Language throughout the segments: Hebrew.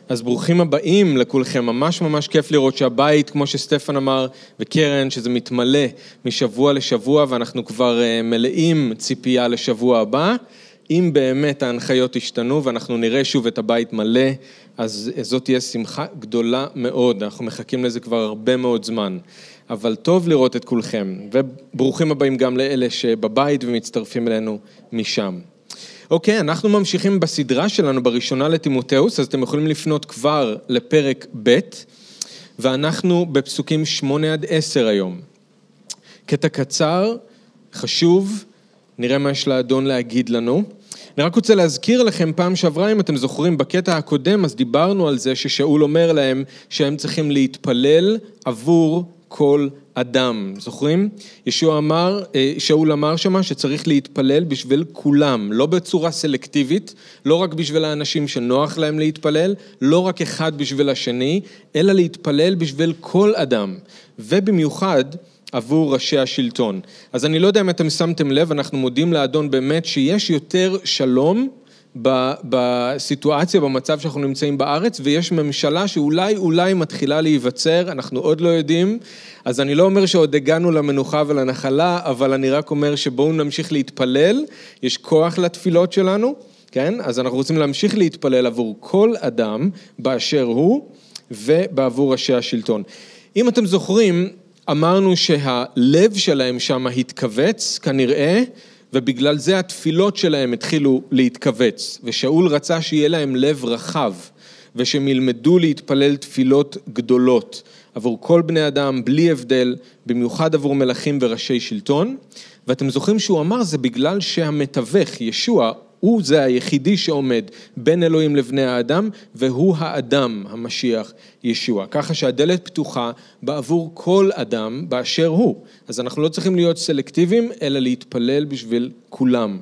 אז ברוכים הבאים לכולכם, ממש ממש כיף לראות שהבית, כמו שסטפן אמר וקרן, שזה מתמלא משבוע לשבוע, ואנחנו כבר מלאים ציפייה לשבוע הבא. אם באמת ההנחיות השתנו ואנחנו נראה שוב את הבית מלא, אז זאת תהיה שמחה גדולה מאוד, אנחנו מחכים לזה כבר הרבה מאוד זמן. אבל טוב לראות את כולכם, וברוכים הבאים גם לאלה שבבית ומצטרפים אלינו משם. אוקיי, אנחנו ממשיכים בסדרה שלנו בראשונה לתימותאוס, אז אתם יכולים לפנות כבר לפרק ב', ואנחנו בפסוקים 8-10 היום. קטע קצר, חשוב, נראה מה יש לאדון להגיד לנו. אני רק רוצה להזכיר לכם פעם שעברה, אם אתם זוכרים, בקטע הקודם, אז דיברנו על זה ששאול אומר להם שהם צריכים להתפלל עבור כל אדם, זוכרים? שאול אמר שמה שצריך להתפלל בשביל כולם, לא בצורה סלקטיבית, לא רק בשביל האנשים שנוח להם להתפלל, לא רק אחד בשביל השני, אלא להתפלל בשביל כל אדם, ובמיוחד עבור ראשי השלטון. אז אני לא יודע אם אתם שמתם לב, אנחנו מודים לאדון באמת שיש יותר שלום בסיטואציה, במצב שאנחנו נמצאים בארץ, ויש ממשלה שאולי מתחילה להיווצר, אנחנו עוד לא יודעים, אז אני לא אומר שעוד הגענו למנוחה ולנחלה, אבל אני רק אומר שבואו נמשיך להתפלל, יש כוח לתפילות שלנו, כן? אז אנחנו רוצים להמשיך להתפלל עבור כל אדם באשר הוא, ובעבור ראשי השלטון. אם אתם זוכרים, אמרנו שהלב שלהם שם התכווץ, כנראה, ובגלל זה התפילות שלהם התחילו להתכווץ, ושאול רצה שיהיה להם לב רחב, ושהם ילמדו להתפלל תפילות גדולות, עבור כל בני אדם, בלי הבדל, במיוחד עבור מלכים וראשי שלטון, ואתם זוכרים שהוא אמר, זה בגלל שהמתווך, ישוע, הוא זה היחידי שעומד בין אלוהים לבני האדם, והוא האדם, המשיח, ישוע. ככה שהדלת פתוחה בעבור כל אדם באשר הוא. אז אנחנו לא צריכים להיות סלקטיביים, אלא להתפלל בשביל כולם.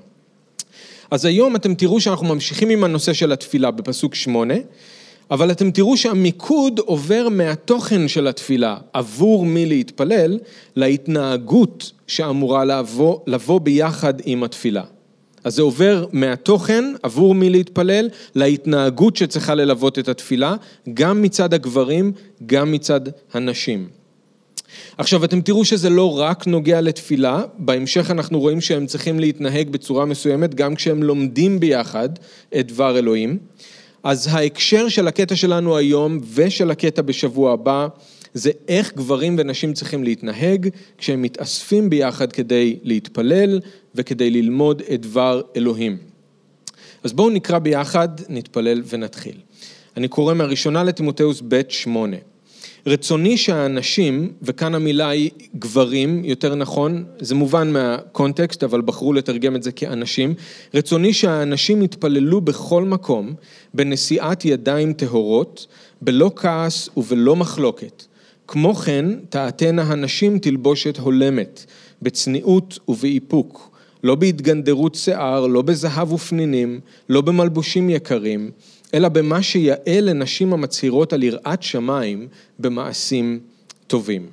אז היום אתם תראו שאנחנו ממשיכים עם הנושא של התפילה בפסוק 8, אבל אתם תראו שהמיקוד עובר מהתוכן של התפילה, עבור מי להתפלל, להתנהגות שאמורה לבוא ביחד עם התפילה. אז זה עובר מהתוכן, עבור מי להתפלל, להתנהגות שצריכה ללוות את התפילה, גם מצד הגברים, גם מצד הנשים. עכשיו, אתם תראו שזה לא רק נוגע לתפילה, בהמשך אנחנו רואים שהם צריכים להתנהג בצורה מסוימת, גם כשהם לומדים ביחד את דבר אלוהים. אז ההקשר של הקטע שלנו היום ושל הקטע בשבוע הבא, זה איך גברים ונשים צריכים להתנהג כשהם מתאספים ביחד כדי להתפלל וכדי ללמוד את דבר אלוהים. אז בואו נקרא ביחד, נתפלל ונתחיל. אני קורא מהראשונה לתימותאוס ב' 8. רצוני שהאנשים, וכאן המילה היא גברים, יותר נכון, זה מובן מהקונטקסט, אבל בחרו לתרגם את זה כאנשים, רצוני שהאנשים יתפללו בכל מקום, בנשיאת ידיים טהורות, בלא כעס ובלא מחלוקת. כמו כן, תעתנה הנשים תלבושת הולמת, בצניעות ובאיפוק, לא בהתגנדרות שיער, לא בזהב ופנינים, לא במלבושים יקרים, אלא במה שיאה לנשים המצהירות על יראת שמיים במעשים טובים.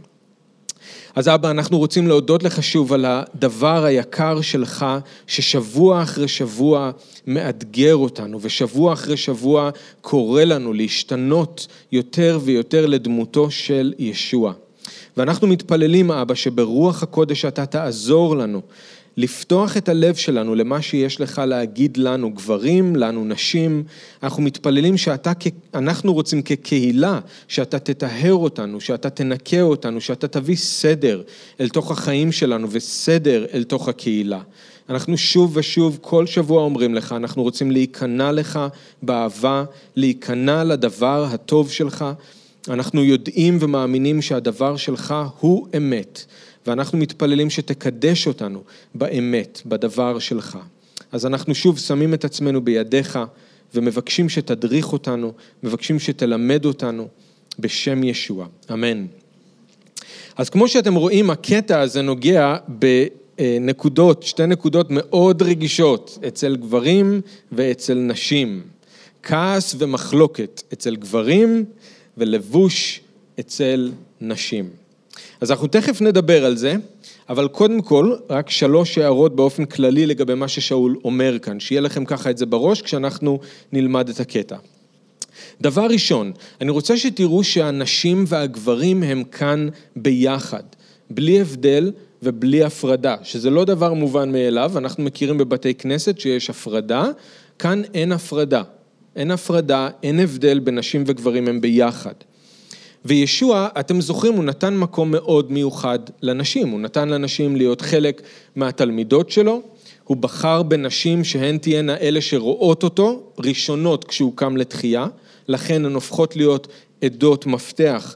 אז אבא, אנחנו רוצים להודות לך שוב על הדבר היקר שלך, ששבוע אחרי שבוע מאתגר אותנו, ושבוע אחרי שבוע קורא לנו להשתנות יותר ויותר לדמותו של ישוע. ואנחנו מתפללים, אבא, שברוח הקודש אתה תעזור לנו, לפתוח את הלב שלנו למה שיש לך להגיד לנו גברים, לנו נשים. אנחנו מתפללים אנחנו רוצים כקהילה, שאתה תטהר אותנו, שאתה תנקה אותנו, שאתה תביא סדר אל תוך החיים שלנו וסדר אל תוך הקהילה. אנחנו שוב ושוב כל שבוע אומרים לך, אנחנו רוצים להיכנע לך באהבה, להיכנע לדבר הטוב שלך. אנחנו יודעים ומאמינים שהדבר שלך הוא אמת. ואנחנו מתפללים שתקדש אותנו באמת, בדבר שלך. אז אנחנו שוב שמים את עצמנו בידיך, ומבקשים שתדריך אותנו, מבקשים שתלמד אותנו, בשם ישוע. אמן. אז כמו שאתם רואים, הקטע הזה נוגע בנקודות, שתי נקודות מאוד רגישות, אצל גברים ואצל נשים. כעס ומחלוקת אצל גברים, ולבוש אצל נשים. אז אנחנו תכף נדבר על זה, אבל קודם כל, רק 3 הערות באופן כללי לגבי מה ששאול אומר כאן, שיהיה לכם ככה את זה בראש כשאנחנו נלמד את הקטע. דבר ראשון, אני רוצה שתראו שהנשים והגברים הם כאן ביחד, בלי הבדל ובלי הפרדה, שזה לא דבר מובן מאליו, אנחנו מכירים בבתי כנסת שיש הפרדה, כאן אין הפרדה, אין הפרדה, אין הבדל בין נשים וגברים, הם ביחד. וישוע, אתם זוכרים, הוא נתן מקום מאוד מיוחד לנשים, הוא נתן לנשים להיות חלק מהתלמידות שלו, הוא בחר בנשים שהן תהיינה אלה שרואות אותו, ראשונות כשהוא קם לתחייה, לכן הן הופכות להיות עדות מפתח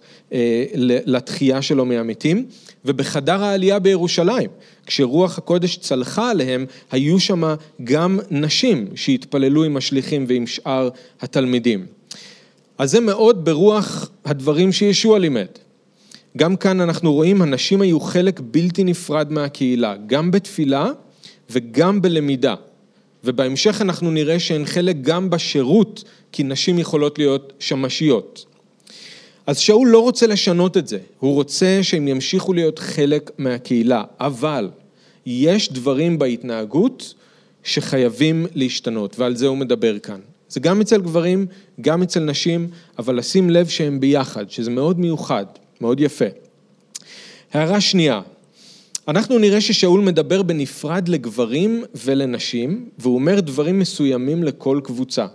לתחייה שלו מהמתים, ובחדר העלייה בירושלים, כשרוח הקודש צלחה עליהם, היו שם גם נשים שהתפללו עם השליחים ועם שאר התלמידים. אז זה מאוד ברוח הדברים שישוע לימד. גם כאן אנחנו רואים, הנשים היו חלק בלתי נפרד מהקהילה, גם בתפילה וגם בלמידה. ובהמשך אנחנו נראה שהן חלק גם בשירות, כי נשים יכולות להיות שמשיות. אז שאול לא רוצה לשנות את זה, הוא רוצה שהם ימשיכו להיות חלק מהקהילה, אבל יש דברים בהתנהגות שחייבים להשתנות, ועל זה הוא מדבר כאן. זה גם אצל גברים, גם אצל נשים, אבל לשים לב שהם ביחד, שזה מאוד מיוחד, מאוד יפה. הערה שנייה, אנחנו נראה ששאול מדבר בנפרד לגברים ולנשים, והוא אומר דברים מסוימים לכל קבוצה.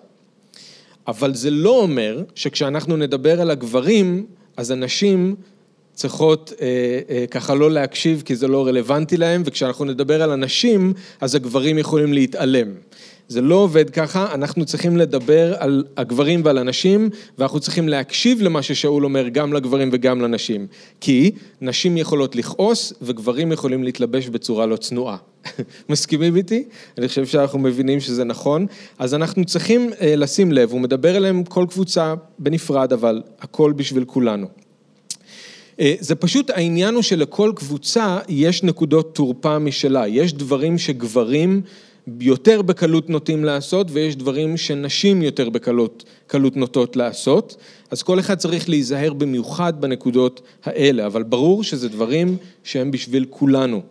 אבל זה לא אומר שכשאנחנו נדבר על הגברים, אז הנשים צריכות ככה לא להקשיב כי זה לא רלוונטי להם, וכשאנחנו נדבר על הנשים, אז הגברים יכולים להתעלם. זה לא עובד ככה, אנחנו צריכים לדבר על הגברים ועל הנשים, ואנחנו צריכים להקשיב למה ששאול אומר גם לגברים וגם לנשים. כי נשים יכולות לכעוס, וגברים יכולים להתלבש בצורה לא צנועה. מסכימים איתי? אני חושב שאנחנו מבינים שזה נכון. אז אנחנו צריכים לשים לב, הוא מדבר עליהם כל קבוצה בנפרד, אבל הכל בשביל כולנו. זה פשוט העניין הוא שלכל קבוצה יש נקודות תורפה משלה. יש דברים שגברים יותר בקלות נוטים לעשות, ויש דברים שנשים יותר בקלות נוטות לעשות. אז כל אחד צריך להיזהר במיוחד בנקודות האלה, אבל ברור שזה דברים שהם בשביל כולנו.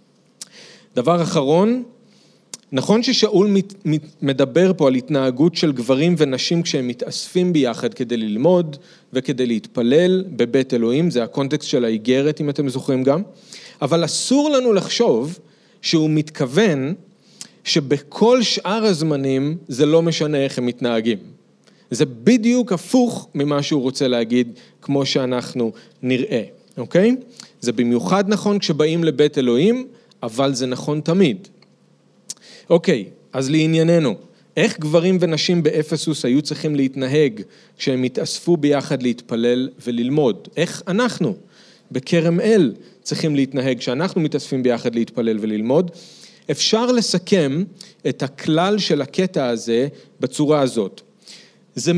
דבר אחרון, נכון ששאול מדבר פה על התנהגות של גברים ונשים כשהם מתאספים ביחד כדי ללמוד וכדי להתפלל בבית אלוהים, זה הקונטקסט של האיגרת אם אתם זוכרים גם, אבל אסור לנו לחשוב שהוא מתכוון שבכל שאר הזמנים זה לא משנה איך הם מתנהגים. זה בדיוק הפוך ממה שהוא רוצה להגיד כמו שאנחנו נראה, אוקיי? זה במיוחד נכון כשבאים לבית אלוהים, אבל זה נכון תמיד. אוקיי, אז לענייננו, איך גברים ונשים באפסוס היו צריכים להתנהג כשהם התאספו ביחד להתפלל וללמוד? איך אנחנו בכרם אל צריכים להתנהג כשאנחנו מתאספים ביחד להתפלל וללמוד? אפשר לסכם את הכלל של הקטע הזה בצורה הזאת. זה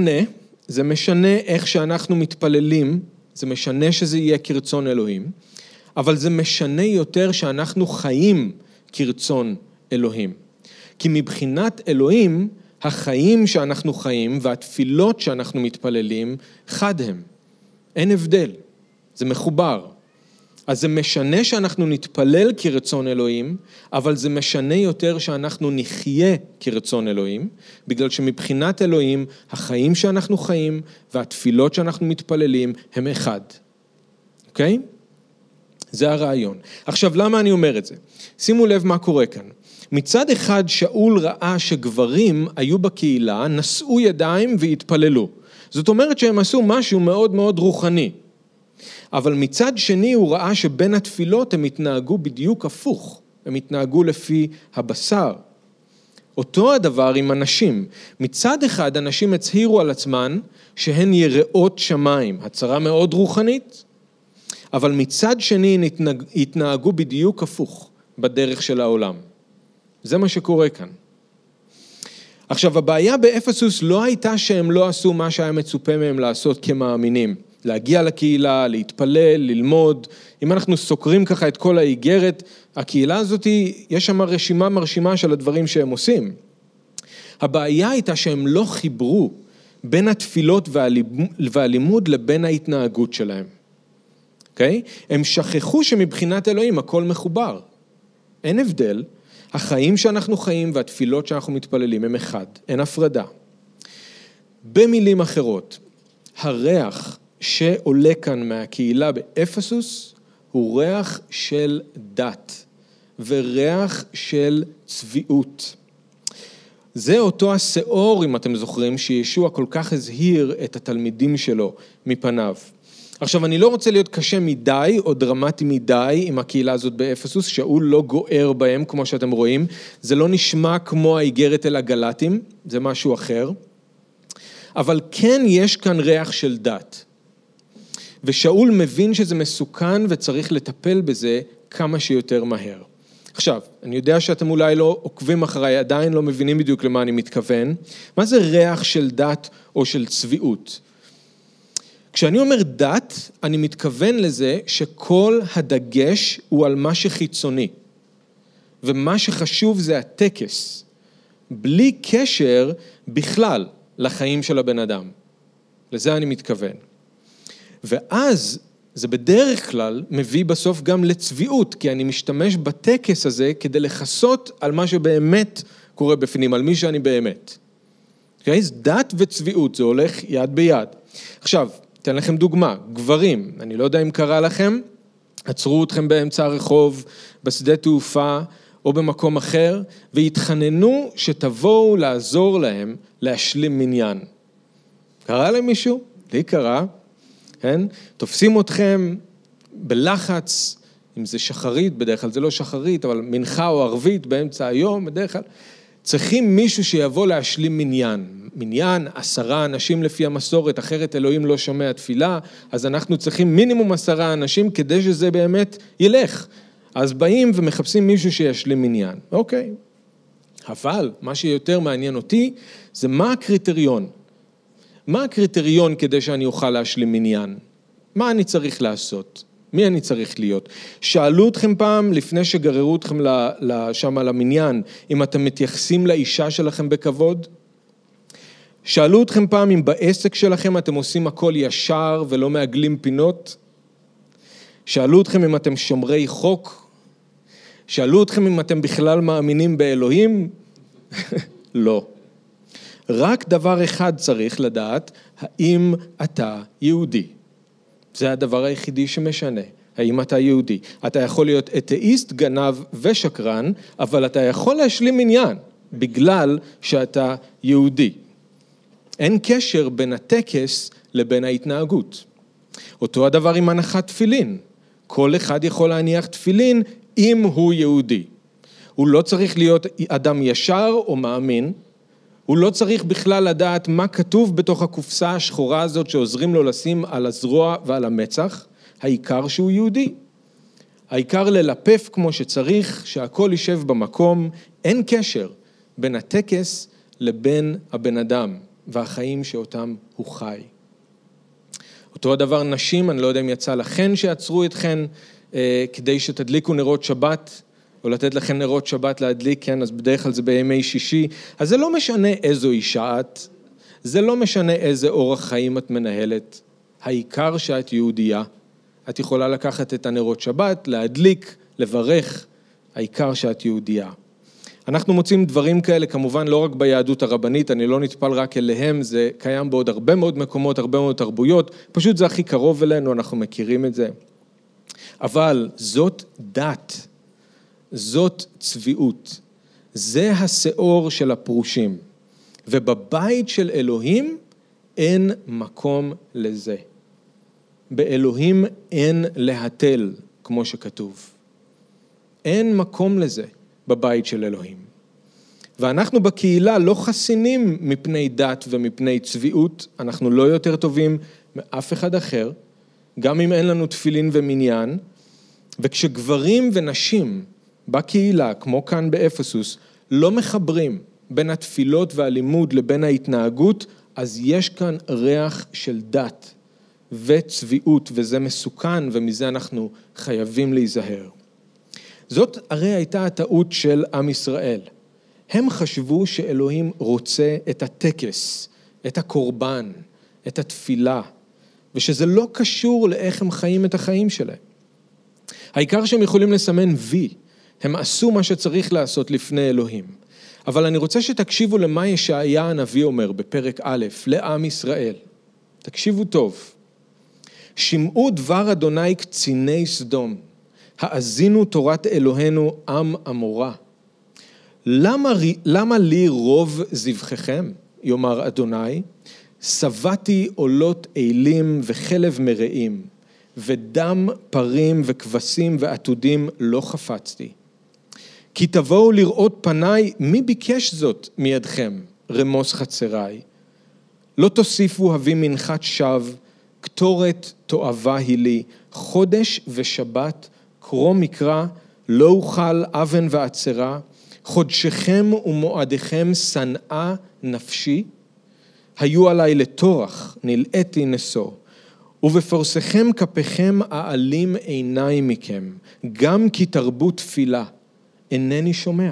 משנה איך שאנחנו מתפללים, זה משנה שזה יהיה כרצון אלוהים, אבל זה משנה יותר שאנחנו חיים כרצון אלוהים. כי מבחינת אלוהים, החיים שאנחנו חיים והתפילות שאנחנו מתפללים, חד הם. אין הבדל, זה מחובר. אז זה משנה שאנחנו נתפלל כרצון אלוהים, אבל זה משנה יותר שאנחנו נחיה כרצון אלוהים, בגלל שמבחינת אלוהים, החיים שאנחנו חיים והתפילות שאנחנו מתפללים הם אחד. אוקיי? זה הרעיון. עכשיו, למה אני אומר את זה? שימו לב מה קורה כאן. מצד אחד, שאול ראה שגברים היו בקהילה, נשאו ידיים והתפללו. זאת אומרת שהם עשו משהו מאוד מאוד רוחני. אבל מצד שני הוא ראה שבין התפילות הם התנהגו בדיוק הפוך, הם התנהגו לפי הבשר. אותו הדבר עם הנשים. מצד אחד אנשים הצהירו על עצמן שהן יראות שמיים, הצהרה מאוד רוחנית, אבל מצד שני התנהגו בדיוק הפוך בדרך של העולם. זה מה שקורה כאן. עכשיו הבעיה באפסוס לא הייתה שהם לא עשו מה שהיה מצופה מהם לעשות כמאמינים. להגיע לקהילה, להתפלל, ללמוד. אם אנחנו סוקרים ככה את כל האיגרת, הקהילה הזאת, יש שם רשימה מרשימה של הדברים שהם עושים. הבעיה הייתה שהם לא חיברו בין התפילות והלימוד לבין ההתנהגות שלהם. אוקיי? הם שכחו שמבחינת אלוהים הכל מחובר. אין הבדל, החיים שאנחנו חיים והתפילות שאנחנו מתפללים הם אחד, אין הפרדה. במילים אחרות, הריח שעולה כאן מהקהילה באפסוס, הוא ריח של דת, וריח של צביעות. זה אותו השאור, אם אתם זוכרים, שישוע כל כך הזהיר את התלמידים שלו מפניו. עכשיו, אני לא רוצה להיות קשה מדי או דרמטי מדי עם הקהילה הזאת באפסוס, שאול לא גוער בהם, כמו שאתם רואים. זה לא נשמע כמו האיגרת אל הגלטים, זה משהו אחר. אבל כן יש כאן ריח של דת. ושאול מבין שזה מסוכן וצריך לטפל בזה כמה שיותר מהר. עכשיו, אני יודע שאתם אולי לא עוקבים אחריי, עדיין לא מבינים בדיוק למה אני מתכוון. מה זה ריח של דת או של צביעות? כשאני אומר דת, אני מתכוון לזה שכל הדגש הוא על מה שחיצוני. ומה שחשוב זה הטקס. בלי קשר בכלל לחיים של הבן אדם. לזה אני מתכוון. ואז זה בדרך כלל מביא בסוף גם לצביעות, כי אני משתמש בטקס הזה כדי לחסות על מה שבאמת קורה בפנים, על מי שאני באמת. אז דת וצביעות, זה הולך יד ביד. עכשיו, אתן לכם דוגמה, גברים, אני לא יודע אם קרה לכם, עצרו אתכם באמצע הרחוב, בשדה תעופה או במקום אחר, והתחננו שתבואו לעזור להם להשלים מניין. קרה למישהו? לי קרה. כן? תופסים אתכם בלחץ, אם זה שחרית, בדרך כלל זה לא שחרית, אבל מנחה או ערבית באמצע היום, בדרך כלל, צריכים מישהו שיבוא להשלים מניין. מניין, 10 אנשים לפי המסורת, אחרת אלוהים לא שומע תפילה, אז אנחנו צריכים מינימום 10 אנשים כדי שזה באמת ילך. אז באים ומחפשים מישהו שישלים מניין. אוקיי. אבל מה שיותר מעניין אותי, זה מה הקריטריון. מה הקריטריון כדי שאני אוכל להשלים מניין? מה אני צריך לעשות? מי אני צריך להיות? שאלו אתכם פעם, לפני שגררו אתכם שם למניין, אם אתם מתייחסים לאישה שלכם בכבוד? שאלו אתכם פעם אם בעסק שלכם אתם עושים הכל ישר ולא מעגלים פינות? שאלו אתכם אם אתם שומרי חוק? שאלו אתכם אם אתם בכלל מאמינים באלוהים? לא. רק דבר אחד צריך לדעת, האם אתה יהודי. זה הדבר היחידי שמשנה, האם אתה יהודי. אתה יכול להיות אתאיסט, גנב ושקרן, אבל אתה יכול להשלים עניין, בגלל שאתה יהודי. אין קשר בין הטקס לבין ההתנהגות. אותו הדבר עם הנחת תפילין. כל אחד יכול להניח תפילין אם הוא יהודי. הוא לא צריך להיות אדם ישר או מאמין, הוא לא צריך בכלל לדעת מה כתוב בתוך הקופסה השחורה הזאת שעוזרים לו לשים על הזרוע ועל המצח, העיקר שהוא יהודי. העיקר ללפף כמו שצריך, שהכל יישב במקום, אין קשר בין הטקס לבין הבן אדם והחיים שאותם הוא חי. אותו הדבר נשים, אני לא יודע אם יצא לכן שעצרו אתכן כדי שתדליקו נרות שבת, או לתת לכם נרות שבת להדליק, כן, אז בדרך כלל זה בימי שישי, אז זה לא משנה איזו אישה את, זה לא משנה איזה אורח חיים את מנהלת, העיקר שאת יהודייה, את יכולה לקחת את הנרות שבת, להדליק, לברך, העיקר שאת יהודייה. אנחנו מוצאים דברים כאלה, כמובן לא רק ביהדות הרבנית, אני לא נטפל רק אליהם, זה קיים בעוד הרבה מאוד מקומות, הרבה מאוד תרבויות, פשוט זה הכי קרוב אלינו, אנחנו מכירים את זה. אבל זאת דת, זאת צביעות, זה השאור של הפרושים, ובבית של אלוהים אין מקום לזה. באלוהים אין להתל, כמו שכתוב. אין מקום לזה בבית של אלוהים. ואנחנו בקהילה לא חסינים מפני דת ומפני צביעות, אנחנו לא יותר טובים מאף אחד אחר, גם אם אין לנו תפילין ומניין, וכשגברים ונשים בקהילה, כמו כאן באפסוס, לא מחברים בין התפילות והלימוד לבין ההתנהגות, אז יש כאן ריח של דת וצביעות, וזה מסוכן, ומזה אנחנו חייבים להיזהר. זאת הרי הייתה הטעות של עם ישראל. הם חשבו שאלוהים רוצה את הטקס, את הקורבן, את התפילה, ושזה לא קשור לאיך הם חיים את החיים שלהם. העיקר שהם יכולים לסמן וי, הם עשו מה שצריך לעשות לפני אלוהים. אבל אני רוצה שתקשיבו למה ישעיה הנביא אומר בפרק א', לעם ישראל. תקשיבו טוב. שמעו דבר אדוני קציני סדום, האזינו תורת אלוהינו עם עמורה. למה לי רוב זבחיכם, יאמר אדוני, שבעתי עולות אילים וחלב מרעים, ודם פרים וכבשים ועתודים לא חפצתי. כי תבואו לראות פניי, מי ביקש זאת מידכם, רמוס חצריי. לא תוסיפו הביא מנחת שווא, קטורת תואבה היא לי, חודש ושבת, קרוא מקרא, לא אוכל אבן ועצרה, חודשכם ומועדיכם שנאה נפשי, היו עליי לטורח, נלאיתי נשוא, ובפרסכם כפיכם אעלים עיניי מכם, גם כי תרבו תפילה, אינני שומע.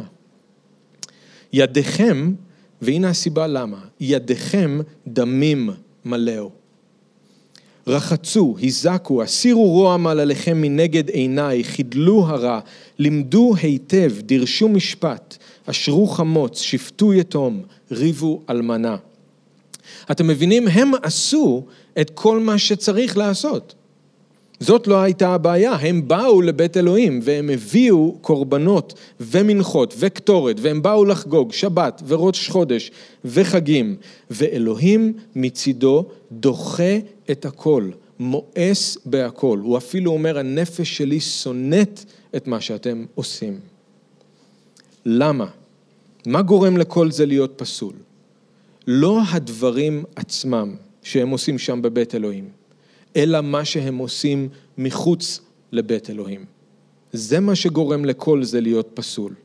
ידיכם, והנה הסיבה למה, ידיכם דמים מלאו. רחצו, הזקו, הסירו רוע מעלליכם מנגד עיניי, חידלו הרע, לימדו היטב, דרשו משפט, אשרו חמוץ, שפטו יתום, ריבו אלמנה. אתם מבינים, הם עשו את כל מה שצריך לעשות. זאת לא הייתה הבעיה, הם באו לבית אלוהים והם הביאו קורבנות ומנחות וקטורת, והם באו לחגוג שבת וראש חודש וחגים, ואלוהים מצידו דוחה את הכל, מואס בהכל. הוא אפילו אומר, הנפש שלי שונאת את מה שאתם עושים. למה? מה גורם לכל זה להיות פסול? לא הדברים עצמם שהם עושים שם בבית אלוהים, אלא מה שהם עושים מחוץ לבית אלוהים. זה מה שגורם לכל זה להיות פסול.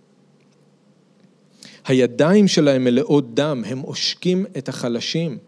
הידיים שלהם מלאות דם, הם עושקים את החלשים.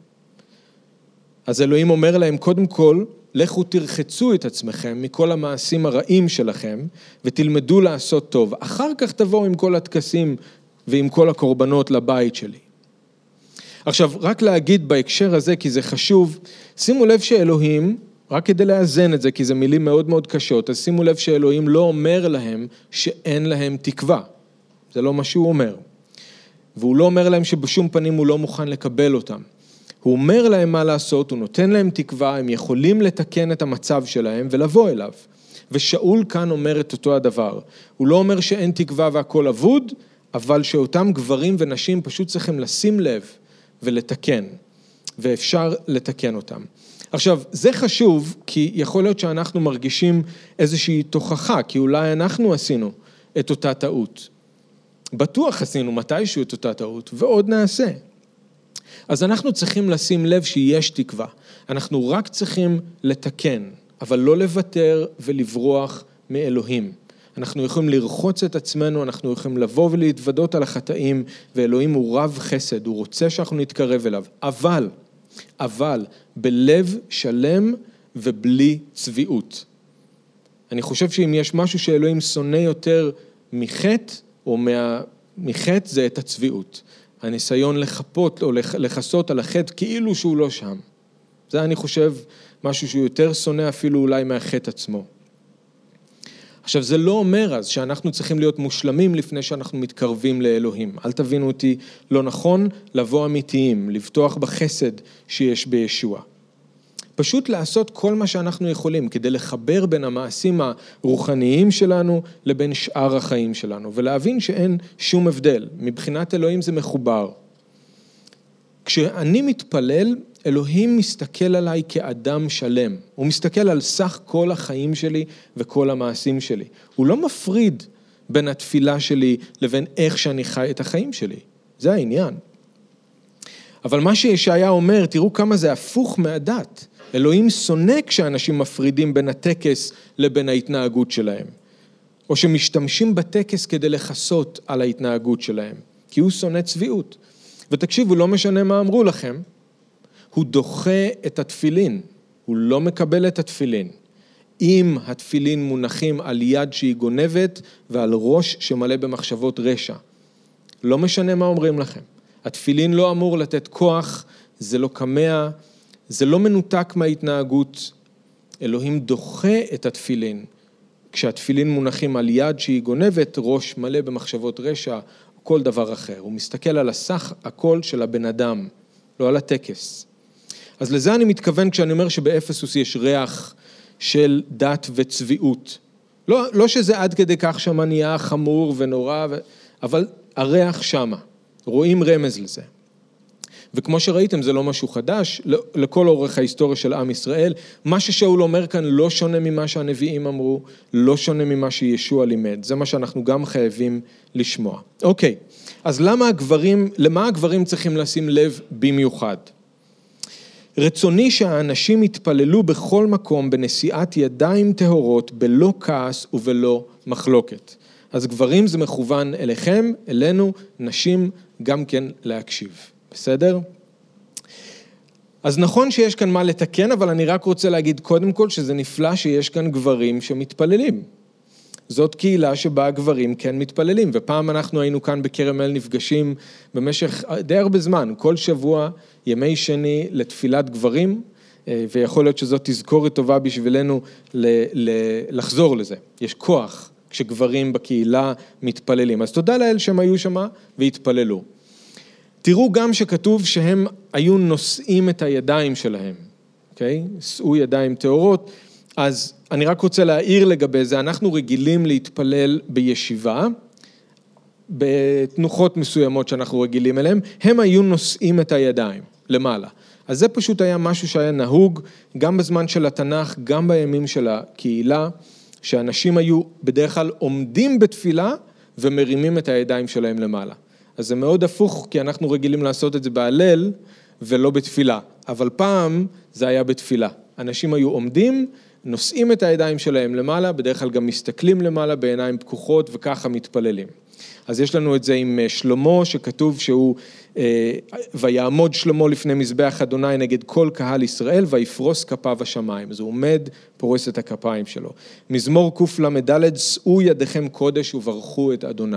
אז אלוהים אומר להם, קודם כל, לכו תרחצו את עצמכם מכל המעשים הרעים שלכם, ותלמדו לעשות טוב. אחר כך תבואו עם כל התקסים ועם כל הקורבנות לבית שלי. עכשיו, רק להגיד בהקשר הזה, כי זה חשוב, שימו לב שאלוהים, רק כדי לאזן את זה, כי זה מילים מאוד מאוד קשות, אז שימו לב שאלוהים לא אומר להם שאין להם תקווה. זה לא מה שהוא אומר. והוא לא אומר להם שבשום פנים הוא לא מוכן לקבל אותם. הוא אומר להם מה לעשות, הוא נותן להם תקווה, הם יכולים לתקן את המצב שלהם ולבוא אליו. ושאול כאן אומר את אותו הדבר. הוא לא אומר שאין תקווה והכל אבוד, אבל שאותם גברים ונשים פשוט צריכים לשים לב ולתקן, ואפשר לתקן אותם. עכשיו, זה חשוב, כי יכול להיות שאנחנו מרגישים איזושהי תוכחה, כי אולי אנחנו עשינו את אותה טעות. בטוח עשינו מתישהו את אותה טעות, ועוד נעשה. אז אנחנו צריכים לשים לב שיש תקווה. אנחנו רק צריכים לתקן, אבל לא לוותר ולברוח מאלוהים. אנחנו יכולים לרחוץ את עצמנו, אנחנו יכולים לבוא ולהתוודות על החטאים, ואלוהים הוא רב חסד, הוא רוצה שאנחנו נתקרב אליו. אבל, בלב שלם ובלי צביעות. אני חושב שאם יש משהו שאלוהים שונא יותר מחטא, או מחטא זה את הצביעות. הניסיון לחפות או לחסות על החטא כאילו שהוא לא שם. זה אני חושב משהו שהוא יותר שונא אפילו אולי מהחטא עצמו. עכשיו זה לא אומר אז שאנחנו צריכים להיות מושלמים לפני שאנחנו מתקרבים לאלוהים. אל תבינו אותי לא נכון, לבוא אמיתיים, לבטוח בחסד שיש בישוע. פשוט לעשות כל מה שאנחנו יכולים כדי לחבר בין המעשים הרוחניים שלנו לבין שאר החיים שלנו, ולהבין שאין שום הבדל. מבחינת אלוהים זה מחובר. כשאני מתפלל, אלוהים מסתכל עליי כאדם שלם. הוא מסתכל על סך כל החיים שלי וכל המעשים שלי. הוא לא מפריד בין התפילה שלי לבין איך שאני חי את החיים שלי. זה העניין. אבל מה שישעיה אומר, תראו כמה זה הפוך מהדת. אלוהים שונא כשאנשים מפרידים בין הטקס לבין ההתנהגות שלהם. או שמשתמשים בטקס כדי לחסות על ההתנהגות שלהם. כי הוא שונא צביעות. ותקשיבו, לא משנה מה אמרו לכם, הוא דוחה את התפילין, הוא לא מקבל את התפילין. אם התפילין מונחים על יד שהיא גונבת ועל ראש שמלא במחשבות רשע. לא משנה מה אומרים לכם. התפילין לא אמור לתת כוח, זה לא קמע, זה לא מנותק מההתנהגות. אלוהים דוחה את התפילין. כשהתפילין מונחים על יד שהיא גונבת, ראש מלא במחשבות רשע, כל דבר אחר. הוא מסתכל על הסך הכל של הבן אדם, לא על הטקס. אז לזה אני מתכוון כשאני אומר שבאפסוס יש ריח של דת וצביעות. לא שזה עד כדי כך שמה נהיה חמור ונורא, אבל הריח שמה. רואים רמז לזה. וכמו שראיתם זה לא משהו חדש, לכל אורך ההיסטוריה של עם ישראל, מה ששאול אומר כאן לא שונה ממה שהנביאים אמרו, לא שונה ממה שישוע לימד, זה מה שאנחנו גם חייבים לשמוע. אוקיי, אז למה הגברים צריכים לשים לב במיוחד? רצוני שהאנשים יתפללו בכל מקום בנשיאת ידיים טהורות, בלא כעס ובלא מחלוקת. אז גברים זה מכוון אליכם, אלינו, נשים גם כן להקשיב. בסדר? אז נכון שיש כאן מה לתקן, אבל אני רק רוצה להגיד קודם כל שזה נפלא שיש כאן גברים שמתפללים. זאת קהילה שבה הגברים כן מתפללים, ופעם אנחנו היינו כאן בכרם אל נפגשים במשך די הרבה זמן, כל שבוע ימי שני לתפילת גברים, ויכול להיות שזאת תזכורת טובה בשבילנו לחזור לזה. יש כוח כשגברים בקהילה מתפללים. אז תודה לאל שהם היו שמה והתפללו. תראו גם שכתוב שהם היו נושאים את הידיים שלהם, אוקיי? שאו ידיים טהורות, אז אני רק רוצה להעיר לגבי זה, אנחנו רגילים להתפלל בישיבה, בתנוחות מסוימות שאנחנו רגילים אליהם, הם היו נושאים את הידיים למעלה. אז זה פשוט היה משהו שהיה נהוג, גם בזמן של התנ"ך, גם בימים של הקהילה, שאנשים היו בדרך כלל עומדים בתפילה, ומרימים את הידיים שלהם למעלה. אז זה מאוד הפוך, כי אנחנו רגילים לעשות את זה בהלל, ולא בתפילה. אבל פעם זה היה בתפילה. אנשים היו עומדים, נושאים את הידיים שלהם למעלה, בדרך כלל גם מסתכלים למעלה בעיניים פקוחות, וככה מתפללים. אז יש לנו את זה עם שלמה, שכתוב שהוא, ויעמוד שלמה לפני מזבח אדוני נגד כל קהל ישראל, ויפרוס כפיו השמיים. אז הוא עומד, פורס את הכפיים שלו. מזמור קל"ד, שאו ידיכם קודש וברכו את אדוני.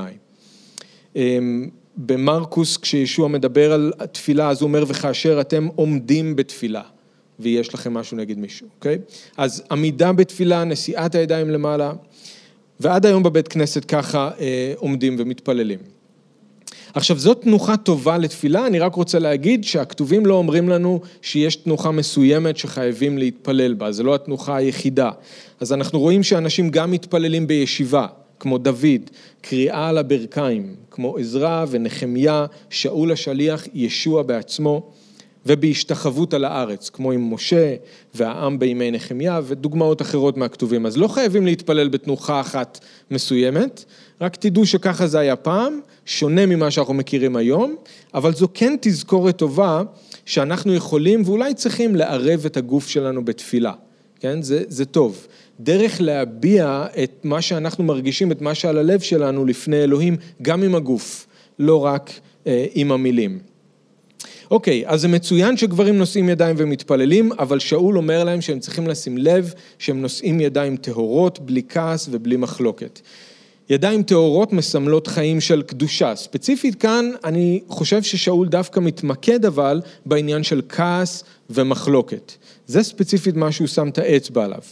במרקוס, כשישוע מדבר על התפילה, אז הוא אומר, וכאשר אתם עומדים בתפילה, ויש לכם משהו נגד מישהו, אוקיי? אז עמידה בתפילה, נשיאת הידיים למעלה, ועד היום בבית כנסת ככה עומדים ומתפללים. עכשיו, זאת תנוחה טובה לתפילה, אני רק רוצה להגיד שהכתובים לא אומרים לנו שיש תנוחה מסוימת שחייבים להתפלל בה, זה לא התנוחה היחידה. אז אנחנו רואים שאנשים גם מתפללים בישיבה, כמו דוד, קריאה על הברכיים, כמו עזרא ונחמיה, שאול השליח, ישוע בעצמו, ובהשתחוות על הארץ, כמו עם משה והעם בימי נחמיה, ודוגמאות אחרות מהכתובים. אז לא חייבים להתפלל בתנוחה אחת מסוימת, רק תדעו שככה זה היה פעם, שונה ממה שאנחנו מכירים היום, אבל זו כן תזכורת טובה, שאנחנו יכולים ואולי צריכים לערב את הגוף שלנו בתפילה. כן? זה טוב. דרך להביע את מה שאנחנו מרגישים, את מה שעל הלב שלנו לפני אלוהים, גם עם הגוף, לא רק עם המילים. אוקיי, אז זה מצוין שגברים נושאים ידיים ומתפללים, אבל שאול אומר להם שהם צריכים לשים לב שהם נושאים ידיים טהורות, בלי כעס ובלי מחלוקת. ידיים טהורות מסמלות חיים של קדושה. ספציפית כאן אני חושב ששאול דווקא מתמקד אבל בעניין של כעס ומחלוקת. זה ספציפית מה שהוא שם את האצבע עליו.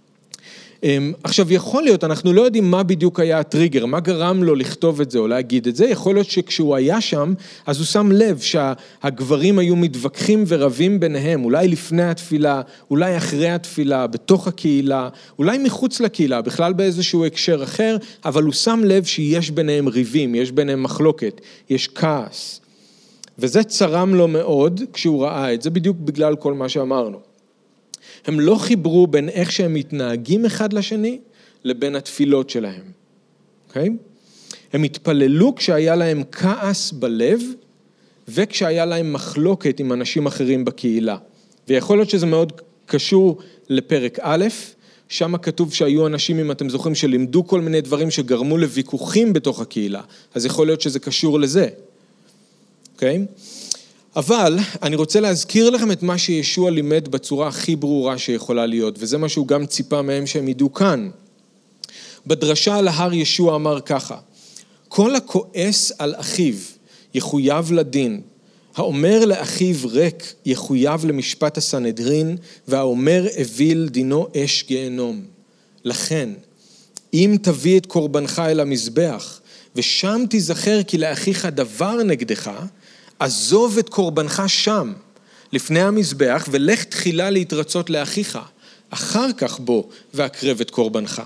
עכשיו יכול להיות, אנחנו לא יודעים מה בדיוק היה הטריגר, מה גרם לו לכתוב את זה או להגיד את זה, יכול להיות שכשהוא היה שם, אז הוא שם לב שהגברים היו מתווכחים ורבים ביניהם, אולי לפני התפילה, אולי אחרי התפילה, בתוך הקהילה, אולי מחוץ לקהילה, בכלל באיזשהו הקשר אחר, אבל הוא שם לב שיש ביניהם ריבים, יש ביניהם מחלוקת, יש כעס. וזה צרם לו מאוד כשהוא ראה את זה, בדיוק בגלל כל מה שאמרנו. הם לא חיברו בין איך שהם מתנהגים אחד לשני, לבין התפילות שלהם. אוקיי? הם התפללו כשהיה להם כעס בלב, וכשהיה להם מחלוקת עם אנשים אחרים בקהילה. ויכול להיות שזה מאוד קשור לפרק א', שם כתוב שהיו אנשים, אם אתם זוכרים, שלימדו כל מיני דברים שגרמו לוויכוחים בתוך הקהילה. אז יכול להיות שזה קשור לזה. אוקיי? אבל אני רוצה להזכיר לכם את מה שישוע לימד בצורה הכי ברורה שיכולה להיות, וזה מה שהוא גם ציפה מהם שהם ידעו כאן. בדרשה על ההר ישוע אמר ככה, כל הכועס על אחיו יחויב לדין, האומר לאחיו ריק יחויב למשפט הסנהדרין, והאומר אוויל דינו אש גיהנום. לכן, אם תביא את קורבנך אל המזבח, ושם תיזכר כי לאחיך דבר נגדך, עזוב את קורבנך שם, לפני המזבח, ולך תחילה להתרצות לאחיך, אחר כך בוא והקרב את קורבנך.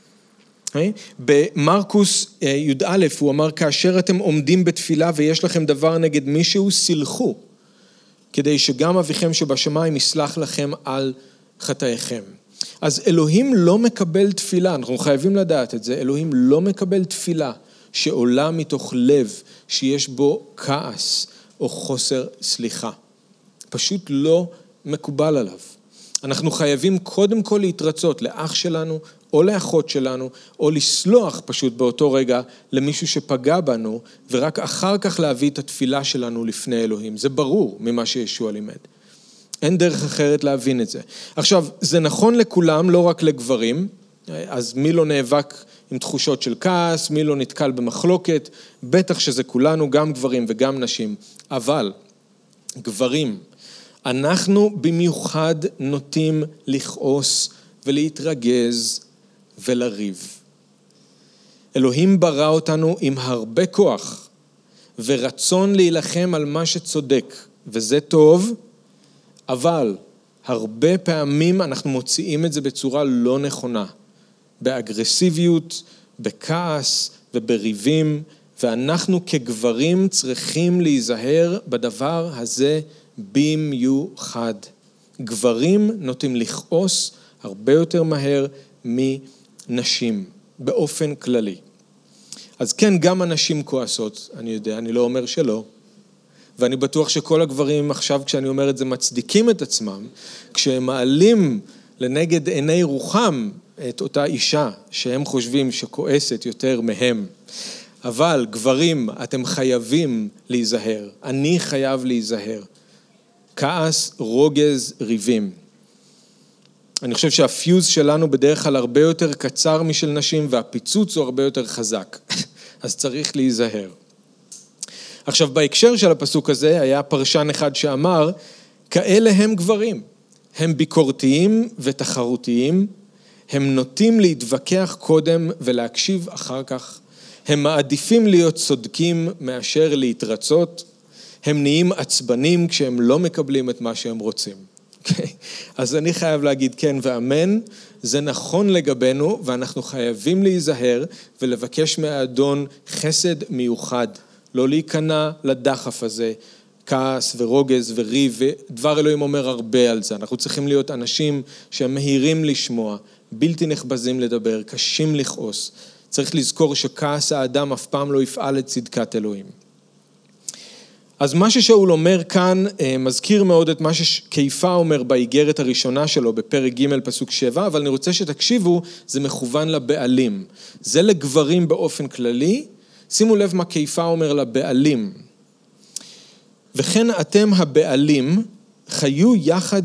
במרקוס י"א הוא אמר, כאשר אתם עומדים בתפילה ויש לכם דבר נגד מישהו, סלחו, כדי שגם אביכם שבשמיים יסלח לכם על חטאיכם. אז אלוהים לא מקבל תפילה, אנחנו חייבים לדעת את זה, אלוהים לא מקבל תפילה שעולה מתוך לב שיש בו כעס או חוסר סליחה. פשוט לא מקובל עליו. אנחנו חייבים קודם כל להתרצות לאח שלנו או לאחות שלנו, או לסלוח פשוט באותו רגע למישהו שפגע בנו, ורק אחר כך להביא את התפילה שלנו לפני אלוהים. זה ברור ממה שישוע לימד. אין דרך אחרת להבין את זה. עכשיו, זה נכון לכולם, לא רק לגברים, אז מי לא נאבק עם תחושות של כעס, מי לא נתקל במחלוקת, בטח שזה כולנו, גם גברים וגם נשים. אבל, גברים, אנחנו במיוחד נוטים לכעוס ולהתרגז ולריב. אלוהים ברא אותנו עם הרבה כוח ורצון להילחם על מה שצודק, וזה טוב, אבל הרבה פעמים אנחנו מוציאים את זה בצורה לא נכונה, באגרסיביות, בכעס ובריבים, ואנחנו כגברים צריכים להיזהר בדבר הזה במיוחד. גברים נוטים לכעוס הרבה יותר מהר מנשים, באופן כללי. אז כן, גם הנשים כועסות, אני יודע, אני לא אומר שלא, ואני בטוח שכל הגברים עכשיו כשאני אומר את זה מצדיקים את עצמם, כשהם מעלים לנגד עיני רוחם את אותה אישה שהם חושבים שכועסת יותר מהם. אבל גברים, אתם חייבים להיזהר, אני חייב להיזהר. כעס, רוגז, ריבים. אני חושב שהפיוז שלנו בדרך כלל הרבה יותר קצר משל נשים, והפיצוץ הוא הרבה יותר חזק. אז צריך להיזהר. עכשיו, בהקשר של הפסוק הזה, היה פרשן אחד שאמר, כאלה הם גברים. הם ביקורתיים ותחרותיים, הם נוטים להתווכח קודם ולהקשיב אחר כך. הם מעדיפים להיות צודקים מאשר להתרצות. הם נהיים עצבנים כשהם לא מקבלים את מה שהם רוצים. אז אני חייב להגיד כן ואמן, זה נכון לגבינו, ואנחנו חייבים להיזהר ולבקש מהאדון חסד מיוחד, לא להיכנע לדחף הזה, כעס ורוגז וריב, ודבר אלוהים אומר הרבה על זה. אנחנו צריכים להיות אנשים שהם מהירים לשמוע, בלתי נחבזים לדבר, קשים לכעוס. צריך לזכור שכעס האדם אף פעם לא יפעל את צדקת אלוהים. אז מה ששאול אומר כאן מזכיר מאוד את מה שכיפה אומר באיגרת הראשונה שלו בפרק ג' פסוק 7, אבל אני רוצה שתקשיבו, זה מכוון לבעלים. זה לגברים באופן כללי, שימו לב מה כיפה אומר לבעלים. וכן אתם הבעלים חיו יחד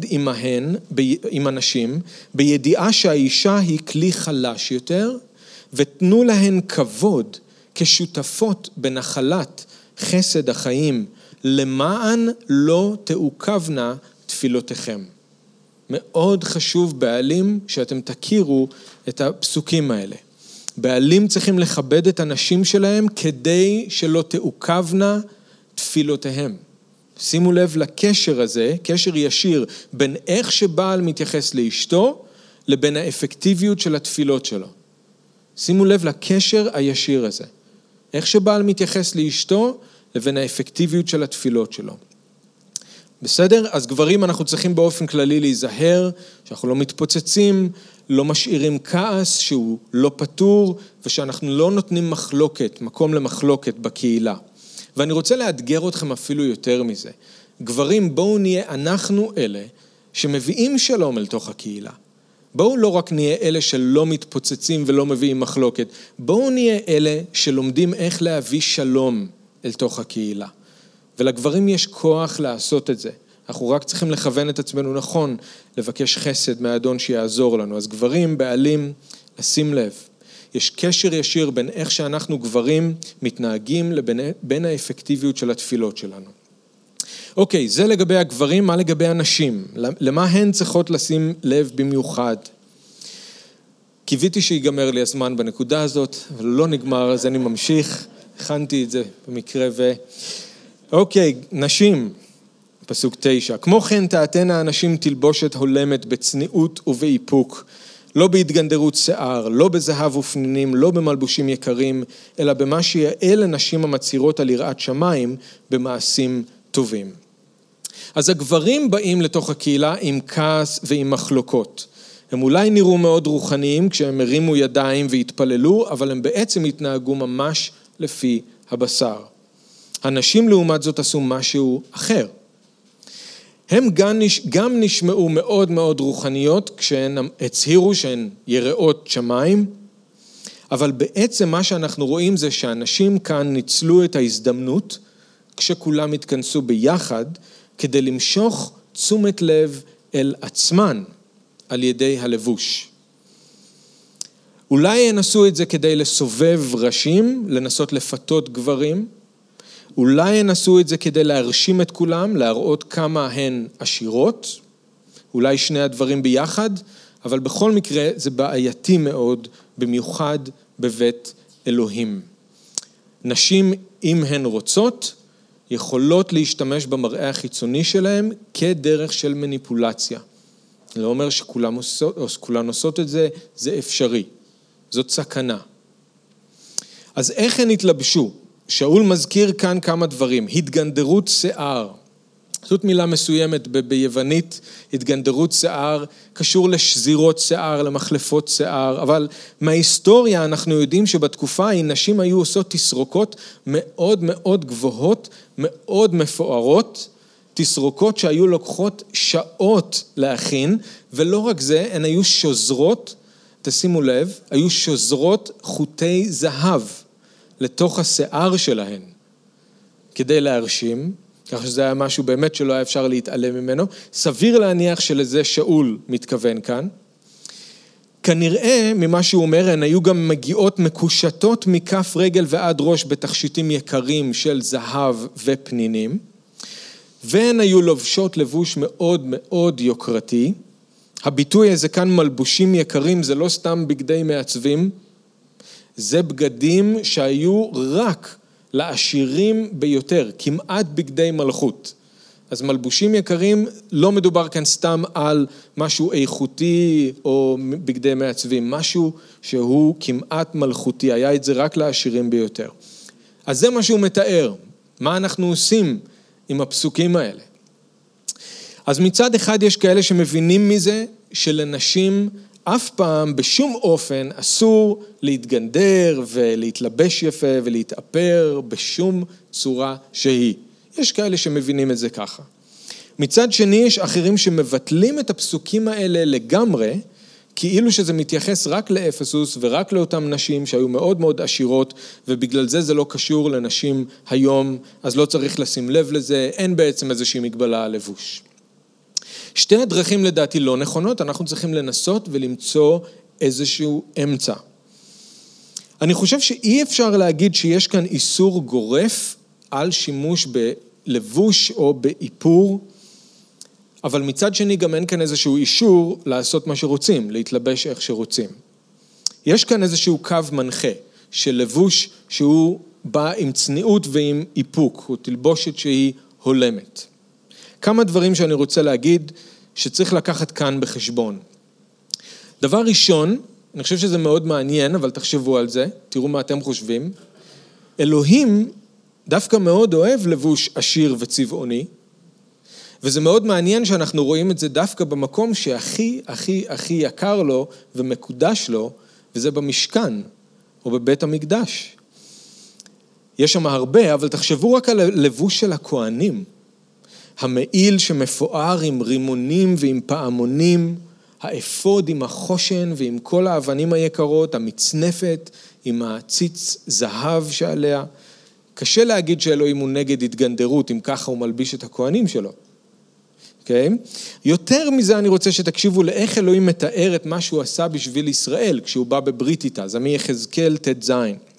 עם הנשים, בידיעה שהאישה היא כלי חלש יותר, ותנו להן כבוד כשותפות בנחלת חסד החיים, למען לא תעוכבנה תפילותיכם. מאוד חשוב בעלים שאתם תכירו את הפסוקים האלה. בעלים צריכים לכבד את הנשים שלהם כדי שלא תעוכבנה תפילותיהם. שימו לב לקשר הזה, קשר ישיר בין איך שבעל מתייחס לאשתו לבין האפקטיביות של התפילות שלו. שימו לב לקשר הישיר הזה. איך שבעל מתייחס לאשתו לבין האפקטיביות של התפילות שלו. בסדר? אז גברים אנחנו צריכים באופן כללי להיזהר, שאנחנו לא מתפוצצים, לא משאירים כעס שהוא לא פתור, ושאנחנו לא נותנים מחלוקת, מקום למחלוקת בקהילה. ואני רוצה לאתגר אתכם אפילו יותר מזה. גברים, בואו נהיה אנחנו אלה שמביאים שלום אל תוך הקהילה. בואו לא רק נהיה אלה שלא מתפוצצים ולא מביאים מחלוקת, בואו נהיה אלה שלומדים איך להביא שלום אל תוך הקהילה. ולגברים יש כוח לעשות את זה. אנחנו רק צריכים לכוון את עצמנו נכון, לבקש חסד מהאדון שיעזור לנו. אז גברים, בעלים, לשים לב. יש קשר ישיר בין איך שאנחנו גברים מתנהגים לבין האפקטיביות של התפילות שלנו. אוקיי, זה לגבי הגברים, מה לגבי הנשים? למה הן צריכות לשים לב במיוחד? קיוויתי שיגמר לי הזמן בנקודה הזאת, אבל לא נגמר, אז אני ממשיך. הכנתי את זה במקרה אוקיי, נשים, פסוק 9. כמו כן תעתנה הנשים תלבושת הולמת בצניעות ובאיפוק, לא בהתגנדרות שיער, לא בזהב ופנינים, לא במלבושים יקרים, אלא במה שיעל לנשים המצהירות על יראת שמיים במעשים טובים. אז הגברים באים לתוך הקהילה עם כעס ועם מחלוקות. הם אולי נראו מאוד רוחניים כשהם הרימו ידיים והתפללו, אבל הם בעצם התנהגו ממש לפי הבשר. הנשים לעומת זאת עשו משהו אחר. הם גם נשמעו מאוד מאוד רוחניות כשהן הצהירו שהן יראות שמיים, אבל בעצם מה שאנחנו רואים זה שאנשים כאן ניצלו את ההזדמנות כשכולם התכנסו ביחד כדי למשוך תשומת לב אל עצמן על ידי הלבוש. אולי הן עשו את זה כדי לסובב ראשים, לנסות לפתות גברים, אולי הן עשו את זה כדי להרשים את כולם, להראות כמה הן עשירות, אולי שני הדברים ביחד, אבל בכל מקרה זה בעייתי מאוד, במיוחד בבית אלוהים. נשים, אם הן רוצות, יכולות להשתמש במראה החיצוני שלהם כדרך של מניפולציה. אני לא אומר שכולן עושות את זה, זה אפשרי. זאת סכנה. אז איך הן התלבשו? שאול מזכיר כאן כמה דברים. התגנדרות שיער. זאת מילה מסוימת ביוונית. התגנדרות שיער קשור לשזירות שיער, למחלפות שיער. אבל מההיסטוריה אנחנו יודעים שבתקופה ההיא נשים היו עושות תסרוקות מאוד מאוד גבוהות, מאוד מפוארות. תסרוקות שהיו לוקחות שעות להכין, ולא רק זה, הן היו שוזרות, תשימו לב, היו שוזרות חוטי זהב לתוך השיער שלהן, כדי להרשים, כך שזה היה משהו באמת שלא היה אפשר להתעלם ממנו. סביר להניח שלזה שאול מתכוון כאן. כנראה, ממה שהוא אומר, הן היו גם מגיעות מקושטות מכף רגל ועד ראש בתכשיטים יקרים של זהב ופנינים, והן היו לובשות לבוש מאוד מאוד יוקרתי. הביטוי הזה כאן מלבושים יקרים, זה לא סתם בגדי מעצבים, זה בגדים שהיו רק לעשירים ביותר, כמעט בגדי מלכות. אז מלבושים יקרים, לא מדובר כאן סתם על משהו איכותי או בגדי מעצבים, משהו שהוא כמעט מלכותי, היה את זה רק לעשירים ביותר. אז זה מה שהוא מתאר, מה אנחנו עושים עם הפסוקים האלה. אז מצד אחד יש כאלה שמבינים מזה שלנשים אף פעם בשום אופן אסור להתגנדר ולהתלבש יפה ולהתאפר בשום צורה שהיא. יש כאלה שמבינים את זה ככה. מצד שני יש אחרים שמבטלים את הפסוקים האלה לגמרי, כאילו שזה מתייחס רק לאפסוס ורק לאותם נשים שהיו מאוד מאוד עשירות, ובגלל זה לא קשור לנשים היום, אז לא צריך לשים לב לזה, אין בעצם איזושהי מגבלה על לבוש. שתי הדרכים לדעתי לא נכונות, אנחנו צריכים לנסות ולמצוא איזשהו אמצע. אני חושב שאי אפשר להגיד שיש כאן איסור גורף על שימוש בלבוש או באיפור, אבל מצד שני גם אין כאן איזשהו אישור לעשות מה שרוצים, להתלבש איך שרוצים. יש כאן איזשהו קו מנחה של לבוש שהוא בא עם צניעות ועם איפוק, הוא תלבושת שהיא הולמת. כמה דברים שאני רוצה להגיד שצריך לקחת כאן בחשבון. דבר ראשון, אני חושב שזה מאוד מעניין, אבל תחשבו על זה, תראו מה אתם חושבים. אלוהים דווקא מאוד אוהב לבוש עשיר וצבעוני, וזה מאוד מעניין שאנחנו רואים את זה דווקא במקום שהכי הכי הכי יקר לו ומקודש לו, וזה במשכן או בבית המקדש. יש שם הרבה, אבל תחשבו רק על הלבוש של הכהנים. המעיל שמפואר עם רימונים ועם פעמונים, האפוד עם החושן ועם כל האבנים היקרות, המצנפת עם הציץ זהב שעליה. קשה להגיד שאלוהים הוא נגד התגנדרות, אם ככה הוא מלביש את הכהנים שלו. Okay? יותר מזה אני רוצה שתקשיבו לאיך אלוהים מתאר את מה שהוא עשה בשביל ישראל, כשהוא בא בברית איתה, זה מיחזקאל ט"ז.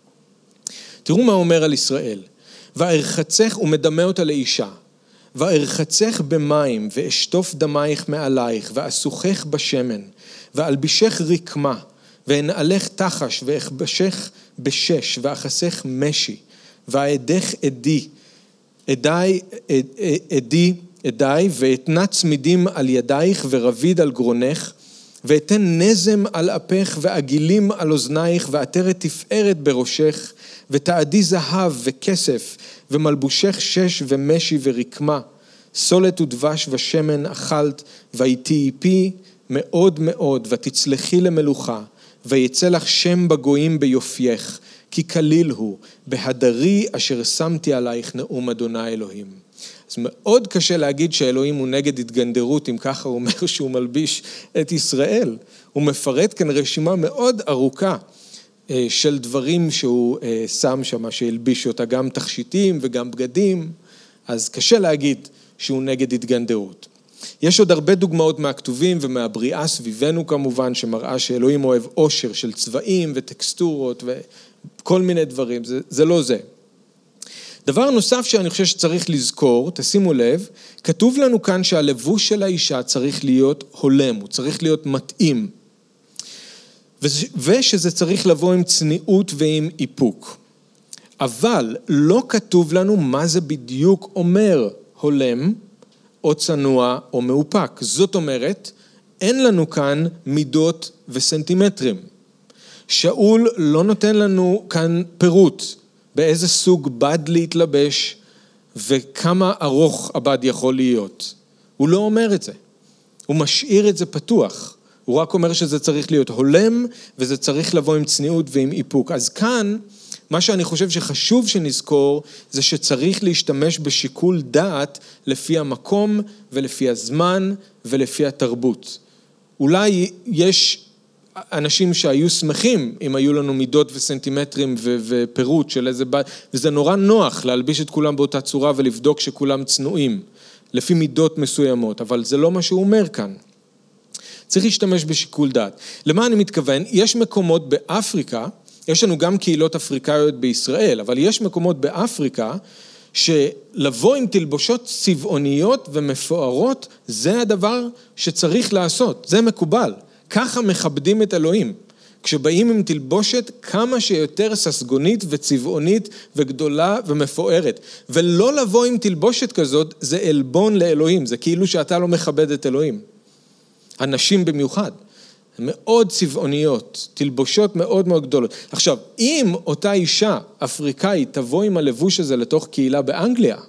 תראו מה הוא אומר על ישראל. וארחצך, הוא מדמה אותה לאישה. וארחצך במים, ואשטוף דמייך מעלייך, ואסוכך בשמן, ואלבישך רקמה, ואנעלך תחש, ואכבשך בשש, ואחסך משי, והעדך עדי, ואתנה צמידים על ידייך ורביד על גרונך, ואתן נזם על אפך ועגילים על אוזנייך, ועטרת תפארת בראשך, ותעדי זהב וכסף, ומלבושך שש ומשי ורקמה, סולת ודבש ושמן אכלת, והייתי פי מאוד מאוד, ותצלחי למלוכה, ויצא לך שם בגויים ביופייך, כי כליל הוא, בהדרי אשר שמתי עלייך נאום אדוני אלוהים. אז מאוד קשה להגיד שאלוהים הוא נגד התגנדרות, אם ככה הוא אומר שהוא מלביש את ישראל. הוא מפרט כאן רשימה מאוד ארוכה של דברים שהוא שם שם, שהלביש אותה, גם תכשיטים וגם בגדים, אז קשה להגיד שהוא נגד התגנדרות. יש עוד הרבה דוגמאות מהכתובים ומהבריאה סביבנו כמובן, שמראה שאלוהים אוהב עושר של צבעים וטקסטורות וכל מיני דברים, זה לא זה. דבר נוסף שאני חושב שצריך לזכור, תשימו לב, כתוב לנו כאן שהלבוש של האישה צריך להיות הולם, הוא צריך להיות מתאים, ושזה צריך לבוא עם צניעות ועם איפוק. אבל לא כתוב לנו מה זה בדיוק אומר הולם, או צנוע או מאופק. זאת אומרת, אין לנו כאן מידות וסנטימטרים. שאול לא נותן לנו כאן פירוט באיזה סוג בד להתלבש וכמה ארוך הבד יכול להיות. הוא לא אומר את זה. הוא משאיר את זה פתוח. הוא רק אומר שזה צריך להיות הולם וזה צריך לבוא עם צניעות ועם איפוק. אז כאן מה שאני חושב שחשוב שנזכור זה שצריך להשתמש בשיקול דעת לפי המקום ולפי הזמן ולפי התרבות. אולי יש אנשים שהיו שמחים אם היו לנו מידות וסנטימטרים ופירוט של איזה בד, וזה נורא נוח להלביש את כולם באותה צורה ולבדוק שכולם צנועים לפי מידות מסוימות, אבל זה לא מה שהוא אומר כאן. צריך להשתמש בשיקול דעת. למה אני מתכוון? יש מקומות באפריקה, יש לנו גם קהילות אפריקאיות בישראל, אבל יש מקומות באפריקה שלבוא עם תלבושות צבעוניות ומפוארות, זה הדבר שצריך לעשות, זה מקובל. ככה מכבדים את אלוהים. כשבאים עם תלבושת כמה שיותר ססגונית וצבעונית וגדולה ומפוארת. ולא לבוא עם תלבושת כזאת, זה אלבון לאלוהים, זה כאילו שאתה לא מכבד את אלוהים. הנשים במיוחד. מאוד צבעוניות, תלבושות מאוד מאוד גדולות. עכשיו, אם אותה אישה אפריקאית תבוא עם הלבוש הזה לתוך קהילה באנגליה,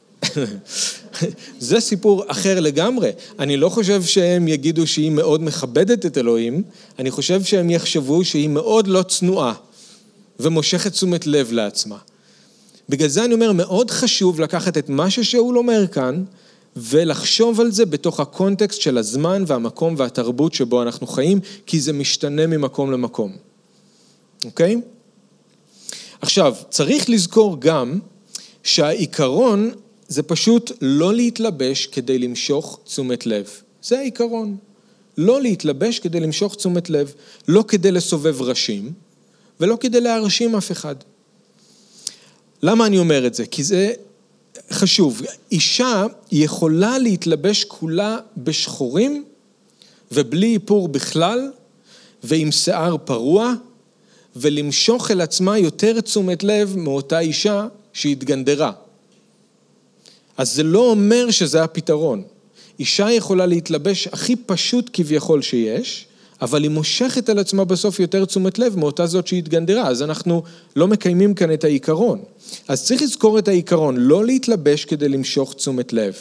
זה סיפור אחר לגמרי. אני לא חושב שהם יגידו שהיא מאוד מכבדת את אלוהים, אני חושב שהם יחשבו שהיא מאוד לא צנועה, ומושכת תשומת לב לעצמה. בגלל זה אני אומר, מאוד חשוב לקחת את מה ששאול אומר כאן, ולחשוב על זה בתוך הקונטקסט של הזמן והמקום והתרבות שבו אנחנו חיים, כי זה משתנה ממקום למקום. אוקיי? עכשיו, צריך לזכור גם שהעיקרון זה פשוט לא להתלבש כדי למשוך תשומת לב. זה העיקרון. לא להתלבש כדי למשוך תשומת לב, לא כדי לסובב ראשים, ולא כדי להרשים אף אחד. למה אני אומר את זה? כי זה חשוב. אישה יכולה להתלבש כולה בשחורים, ובלי איפור בכלל, ועם שיער פרוע, ולמשוך אל עצמה יותר תשומת לב מאותה אישה שהתגנדרה. אז זה לא אומר שזה הפתרון. אישה יכולה להתלבש הכי פשוט כביכול שיש, אבל היא מושכת על עצמה בסוף יותר תשומת לב מאותה זאת שהתגנדרה, אז אנחנו לא מקיימים כאן את העיקרון. אז צריך לזכור את העיקרון, לא להתלבש כדי למשוך תשומת לב.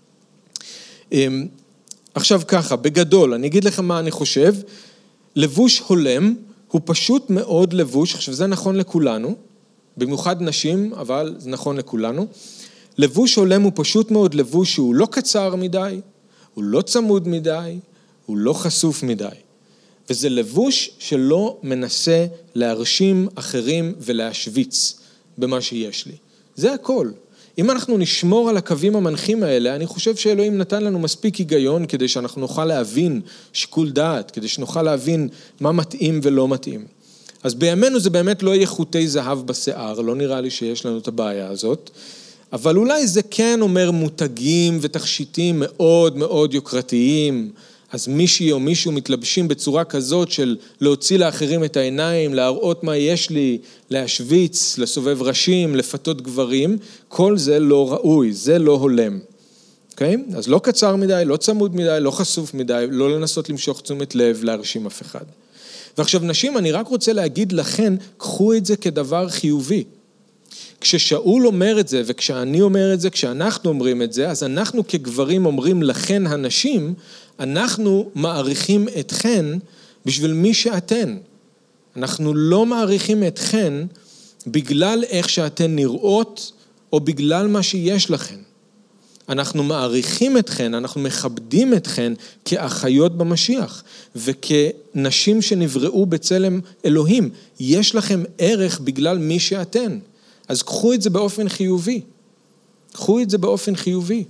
עכשיו ככה, בגדול, אני אגיד לך מה אני חושב, לבוש הולם הוא פשוט מאוד לבוש, עכשיו זה נכון לכולנו, במיוחד נשים, אבל זה נכון לכולנו, לבוש הולם הוא פשוט מאוד לבוש שהוא לא קצר מדי, הוא לא צמוד מדי, הוא לא חשוף מדי. וזה לבוש שלא מנסה להרשים אחרים ולהשוויץ במה שיש לי. זה הכל. אם אנחנו נשמור על הקווים המנחים האלה, אני חושב שאלוהים נתן לנו מספיק היגיון כדי שאנחנו נוכל להבין שיקול דעת, כדי שנוכל להבין מה מתאים ולא מתאים. אז בימינו זה באמת לא יהיה חוטי זהב בשיער, לא נראה לי שיש לנו את הבעיה הזאת, אבל אולי זה כן אומר מותגים ותכשיטים מאוד מאוד יוקרתיים, אז מישהי או מישהו מתלבשים בצורה כזאת של להוציא לאחרים את העיניים, להראות מה יש לי, להשוויץ, לסובב ראשים, לפתות גברים, כל זה לא ראוי, זה לא הולם. אוקיי? אז לא קצר מדי, לא צמוד מדי, לא חשוף מדי, לא לנסות למשוך תשומת לב, להרשים אף אחד. ועכשיו נשים, אני רק רוצה להגיד לכן, קחו את זה כדבר חיובי. כששאול אומר את זה, וכשאני אומר את זה, כשאנחנו אומרים את זה, אז אנחנו כגברים אומרים לכן הנשים, אנחנו מעריכים אתכן בשביל מי שאתן. אנחנו לא מעריכים אתכן בגלל איך שאתן נראות, או בגלל מה שיש לכן. אנחנו מעריכים אתכן, אנחנו מכבדים אתכן כאחיות במשיח, וכנשים שנבראו בצלם אלוהים. יש לכם ערך בגלל מי שאתן. אז קחו את זה באופן חיובי. קחו את זה באופן חיובי.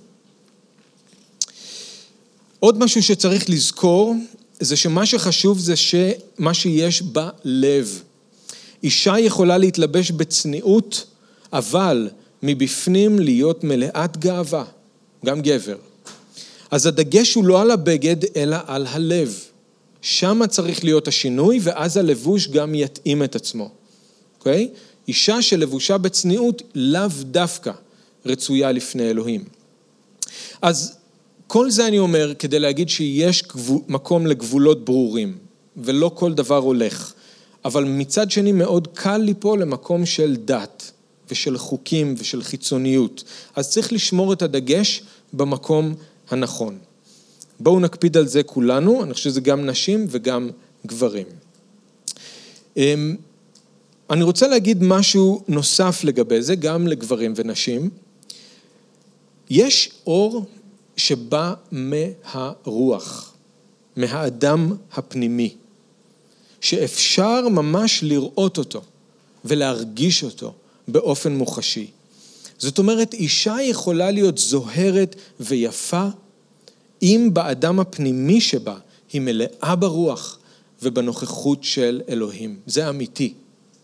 עוד משהו שצריך לזכור, זה שמה שחשוב זה שמה שיש בלב. אישה יכולה להתלבש בצניעות, אבל מבפנים להיות מלאת גאווה, גם גבר. אז הדגש הוא לא על הבגד, אלא על הלב. שם צריך להיות השינוי, ואז הלבוש גם יתאים את עצמו. אוקיי? אישה שלבושה בצניעות, לאו דווקא רצויה לפני אלוהים. אז כל זה אני אומר כדי להגיד שיש מקום לגבולות ברורים, ולא כל דבר הולך. אבל מצד שני מאוד קל ליפול למקום של דת, ושל חוקים ושל חיצוניות. אז צריך לשמור את הדגש במקום הנכון. בואו נקפיד על זה כולנו, אני חושב שזה גם נשים וגם גברים. אני רוצה להגיד משהו נוסף לגבי זה, גם לגברים ונשים. יש אור שבא מהרוח, מהאדם הפנימי, שאפשר ממש לראות אותו ולהרגיש אותו באופן מוחשי. זאת אומרת, אישה יכולה להיות זוהרת ויפה, אם באדם הפנימי שבה היא מלאה ברוח ובנוכחות של אלוהים. זה אמיתי.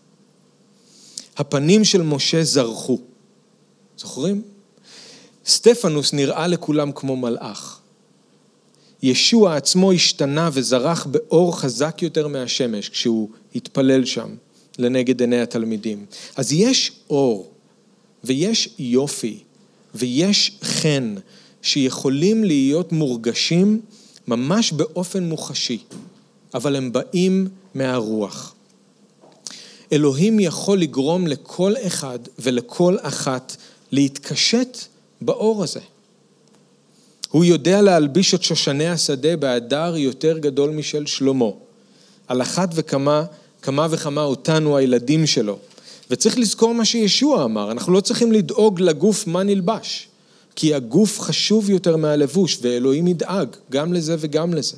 הפנים של משה זרחו. זוכרים? סטפנוס נראה לכולם כמו מלאך. ישוע עצמו השתנה וזרח באור חזק יותר מהשמש כשהוא התפלל שם לנגד עיני התלמידים. אז יש אור ויש יופי ויש חן שיכולים להיות מורגשים ממש באופן מוחשי, אבל הם באים מהרוח. אלוהים יכול לגרום לכל אחד ולכל אחת להתקשט באור הזה. הוא יודע להלביש את שושני השדה בהדר יותר גדול משל שלמה. על אחת כמה וכמה אותנו הילדים שלו. וצריך לזכור מה שישוע אמר, אנחנו לא צריכים לדאוג לגוף מה נלבש, כי הגוף חשוב יותר מהלבוש, ואלוהים ידאג גם לזה וגם לזה.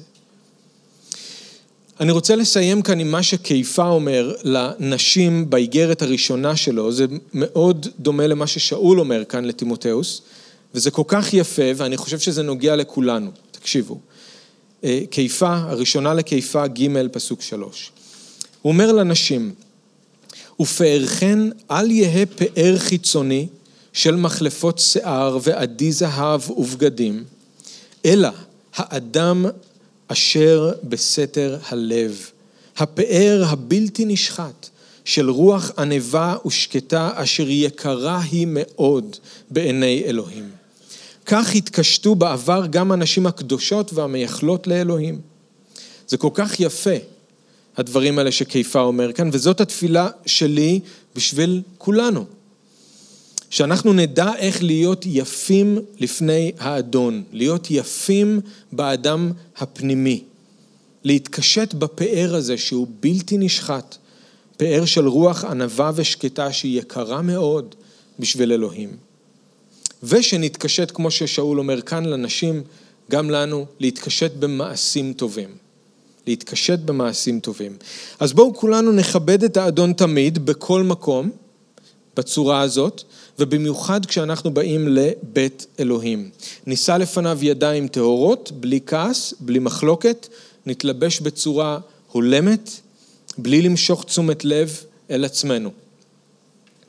אני רוצה לסיים כאן עם מה שקיפה אומר לנשים באיגרת הראשונה שלו, זה מאוד דומה למה ששאול אומר כאן לתימותאוס, וזה כל כך יפה, ואני חושב שזה נוגע לכולנו. תקשיבו. קיפה, הראשונה לקיפה, ג' פסוק 3. הוא אומר לנשים, ופארכן אל יהא פאר חיצוני של מחלפות שיער ועדי זהב ובגדים, אלא האדם אשר בסתר הלב, הפאר הבלתי נשחט של רוח ענבה ושקטה אשר יקרה היא מאוד בעיני אלוהים. כך התקשטו בעבר גם הנשים הקדושות והמייחלות לאלוהים. זה כל כך יפה, הדברים האלה שקיפה אומר כאן, וזאת התפילה שלי בשביל כולנו. שאנחנו נדע איך להיות יפים לפני האדון, להיות יפים באדם הפנימי, להתקשט בפאר הזה שהוא בלתי נשחט, פאר של רוח ענבה ושקטה שהיא יקרה מאוד בשביל אלוהים. ושנתקשט, כמו ששאול אומר כאן לנשים, גם לנו, להתקשט במעשים טובים. להתקשט במעשים טובים. אז בואו כולנו נכבד את האדון תמיד, בכל מקום, בצורה הזאת, ובמיוחד כשאנחנו באים לבית אלוהים. נישא לפניו ידיים טהורות, בלי כעס, בלי מחלוקת, נתלבש בצורה הולמת, בלי למשוך תשומת לב אל עצמנו.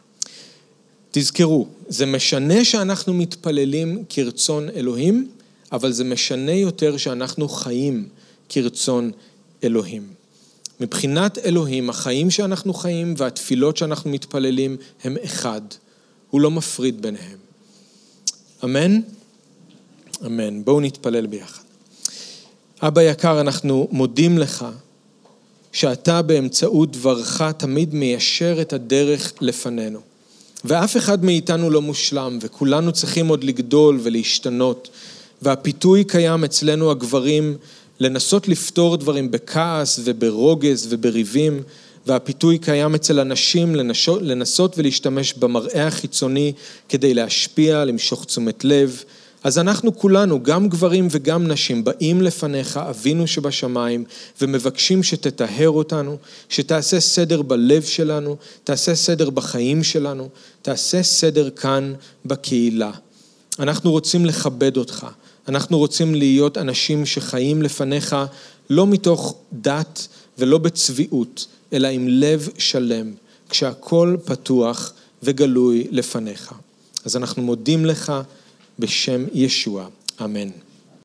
תזכרו, זה משנה שאנחנו מתפללים כרצון אלוהים, אבל זה משנה יותר שאנחנו חיים כרצון אלוהים. מבחינת אלוהים, החיים שאנחנו חיים והתפילות שאנחנו מתפללים הם אחד. הוא לא מפריד ביניהם. אמן? אמן. בואו נתפלל ביחד. אבא יקר, אנחנו מודים לך שאתה באמצעות דברך תמיד מיישר את הדרך לפנינו. ואף אחד מאיתנו לא מושלם, וכולנו צריכים עוד לגדול ולהשתנות. והפיתוי קיים אצלנו הגברים לנסות לפתור דברים בכעס וברוגז ובריבים, והפיתוי קיים אצל אנשים לנסות ולהשתמש במראה החיצוני כדי להשפיע, למשוך תשומת לב. אז אנחנו כולנו, גם גברים וגם נשים, באים לפניך, אבינו שבשמיים, ומבקשים שתטהר אותנו, שתעשה סדר בלב שלנו, תעשה סדר בחיים שלנו, תעשה סדר כאן בקהילה. אנחנו רוצים לכבד אותך, אנחנו רוצים להיות אנשים שחיים לפניך, לא מתוך דת ולא בצביעות, אלא עם לב שלם, כשהכל פתוח וגלוי לפניך. אז אנחנו מודים לך בשם ישוע. אמן.